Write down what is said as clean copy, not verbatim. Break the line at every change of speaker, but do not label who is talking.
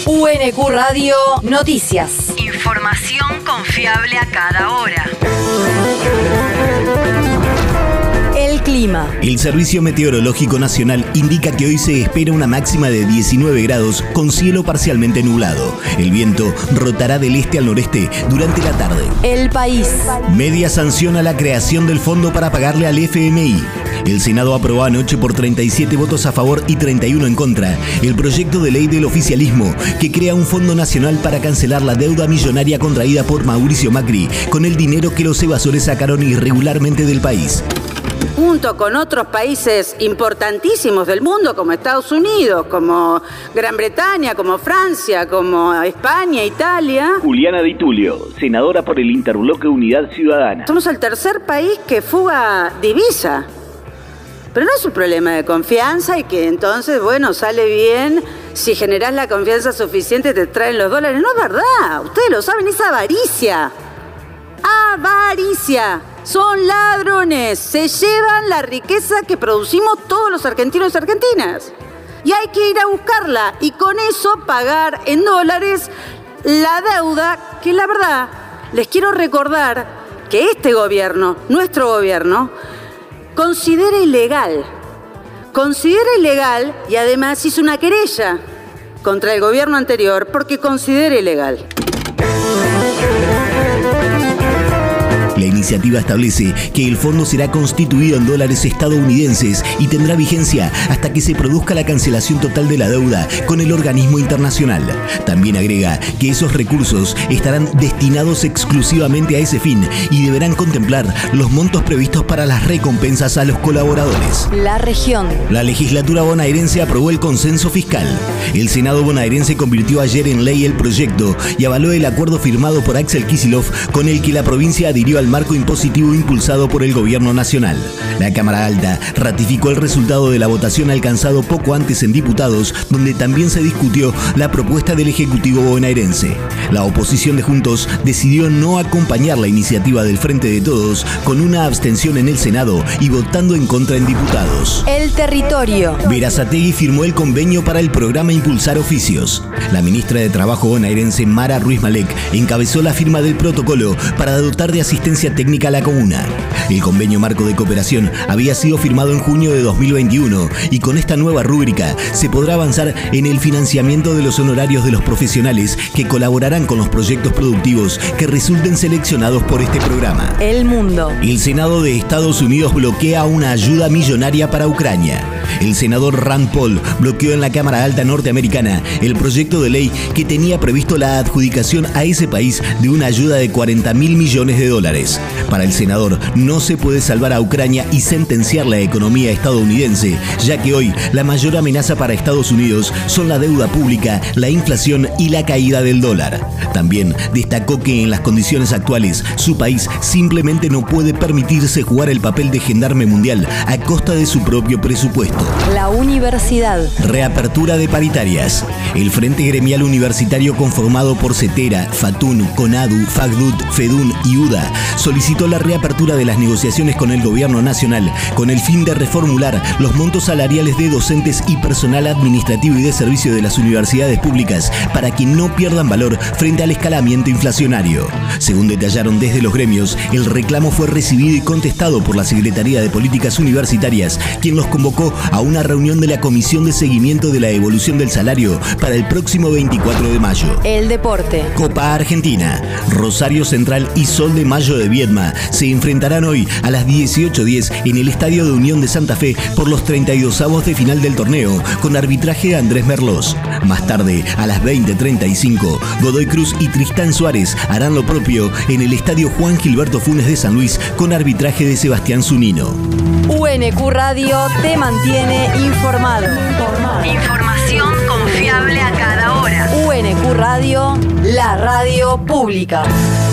UNQ Radio Noticias.
Información confiable a cada hora.
El clima.
El Servicio Meteorológico Nacional indica que hoy se espera una máxima de 19 grados con cielo parcialmente nublado. El viento rotará del este al noreste durante la tarde.
El país.
Media sanciona la creación del fondo para pagarle al FMI. El Senado aprobó anoche por 37 votos a favor y 31 en contra el proyecto de ley del oficialismo que crea un fondo nacional para cancelar la deuda millonaria contraída por Mauricio Macri con el dinero que los evasores sacaron irregularmente del país.
Junto con otros países importantísimos del mundo, como Estados Unidos, como Gran Bretaña, como Francia, como España, Italia.
Juliana Di Tulio, senadora por el Interbloque Unidad Ciudadana.
Somos el tercer país que fuga divisa. Pero no es un problema de confianza y que entonces, bueno, sale bien. Si generás la confianza suficiente te traen los dólares. No es verdad, ustedes lo saben, es avaricia. Avaricia. Son ladrones, se llevan la riqueza que producimos todos los argentinos y argentinas. Y hay que ir a buscarla y con eso pagar en dólares la deuda que la verdad les quiero recordar que este gobierno, nuestro gobierno, considera ilegal y además hizo una querella contra el gobierno anterior porque considera ilegal.
La iniciativa establece que el fondo será constituido en dólares estadounidenses y tendrá vigencia hasta que se produzca la cancelación total de la deuda con el organismo internacional. También agrega que esos recursos estarán destinados exclusivamente a ese fin y deberán contemplar los montos previstos para las recompensas a los colaboradores.
La región.
La legislatura bonaerense aprobó el consenso fiscal. El Senado bonaerense convirtió ayer en ley el proyecto y avaló el acuerdo firmado por Axel Kicillof con el que la provincia adhirió al marco impositivo impulsado por el gobierno nacional. La Cámara Alta ratificó el resultado de la votación alcanzado poco antes en diputados, donde también se discutió la propuesta del Ejecutivo bonaerense. La oposición de Juntos decidió no acompañar la iniciativa del Frente de Todos con una abstención en el Senado y votando en contra en diputados.
El territorio.
Berazategui firmó el convenio para el programa Impulsar Oficios. La ministra de Trabajo bonaerense Mara Ruiz Malek encabezó la firma del protocolo para dotar de asistencia técnica a la comuna. El convenio marco de cooperación había sido firmado en junio de 2021 y con esta nueva rúbrica se podrá avanzar en el financiamiento de los honorarios de los profesionales que colaborarán con los proyectos productivos que resulten seleccionados por este programa.
El mundo.
El Senado de Estados Unidos bloquea una ayuda millonaria para Ucrania. El senador Rand Paul bloqueó en la Cámara Alta norteamericana el proyecto de ley que tenía previsto la adjudicación a ese país de una ayuda de $40.000 millones. Para el senador, no se puede salvar a Ucrania y sentenciar la economía estadounidense, ya que hoy la mayor amenaza para Estados Unidos son la deuda pública, la inflación y la caída del dólar. También destacó que en las condiciones actuales, su país simplemente no puede permitirse jugar el papel de gendarme mundial a costa de su propio presupuesto.
La universidad.
Reapertura de paritarias. El Frente Gremial Universitario conformado por CETERA, FATUN, CONADU, FACDUT, FEDUN y UDA solicitó la reapertura de las negociaciones con el gobierno nacional con el fin de reformular los montos salariales de docentes y personal administrativo y de servicio de las universidades públicas para que no pierdan valor frente al escalamiento inflacionario. Según detallaron desde los gremios, el reclamo fue recibido y contestado por la Secretaría de Políticas Universitarias, quien los convocó a una reunión de la Comisión de Seguimiento de la Evolución del Salario para el próximo 24 de mayo.
El deporte.
Copa Argentina. Rosario Central y Sol de Mayo de Viedma se enfrentarán hoy a las 18:10 en el Estadio de Unión de Santa Fe por los 32avos de final del torneo, con arbitraje de Andrés Merlós. Más tarde, a las 20:35, Godoy Cruz y Tristán Suárez harán lo propio en el Estadio Juan Gilberto Funes de San Luis con arbitraje de Sebastián Zunino.
UNQ Radio te mantiene informado.
Información confiable a cada hora.
UNQ Radio, la radio pública.